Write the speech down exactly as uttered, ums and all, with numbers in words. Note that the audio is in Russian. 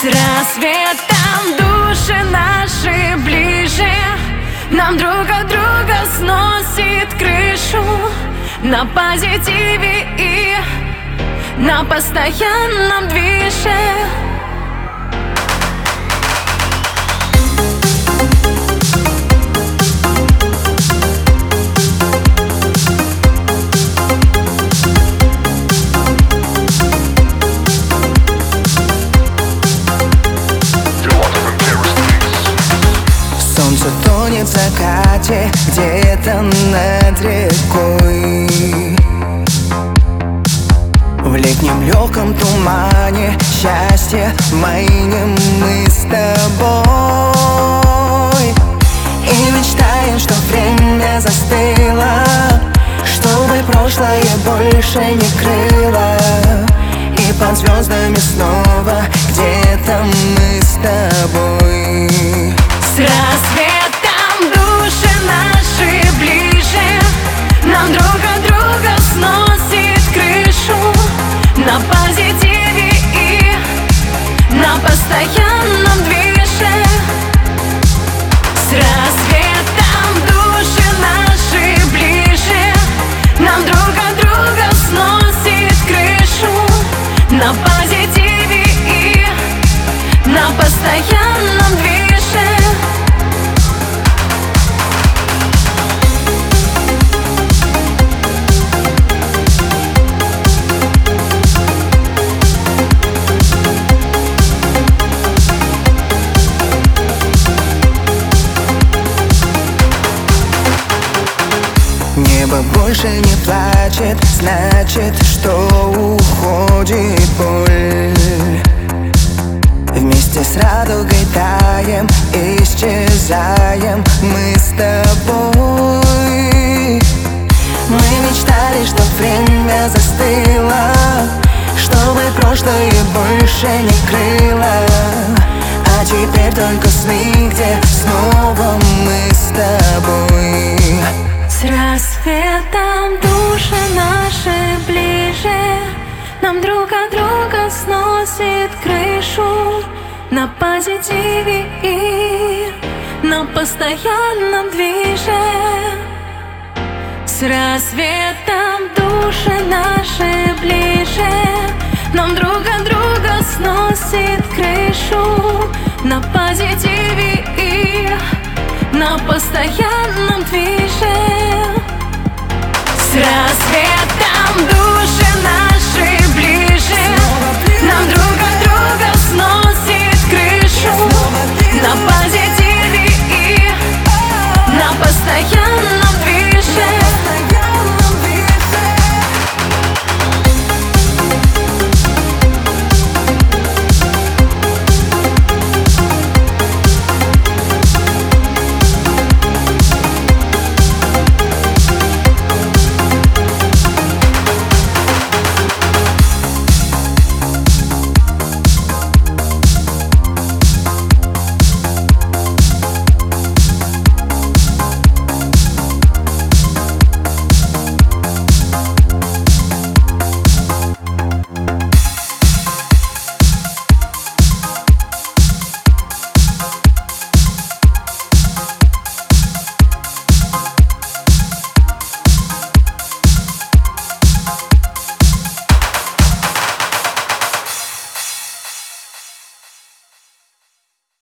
С рассветом души наши ближе, нам друг от друга сносит крышу. На позитиве и на постоянном движе. Солнце тонет в закате где-то над рекой. В летнем легком тумане счастье майнем мы с тобой. И мечтаем, что время застыло, чтобы прошлое больше не крыло. И под звездами снова где-то мы с тобой. С рассветом души наши ближе, нам друг от друга сносит крышу. На позитиве и на постоянном движе. С рассветом души наши ближе, нам друг от друга сносит крышу. На позитиве и на постоянном движе. Небо больше не плачет, значит, что уходит боль. Вместе с радугой таем, исчезаем мы с тобой. Мы мечтали, что время застыло, чтобы прошлое больше не крыло. А теперь только сны, где снова мы с тобой. С рассветом души наши ближе, нам друг от друга сносит крышу. На позитиве и на постоянном движе. С рассветом души наши ближе, нам друг от друга сносит крышу. На позитиве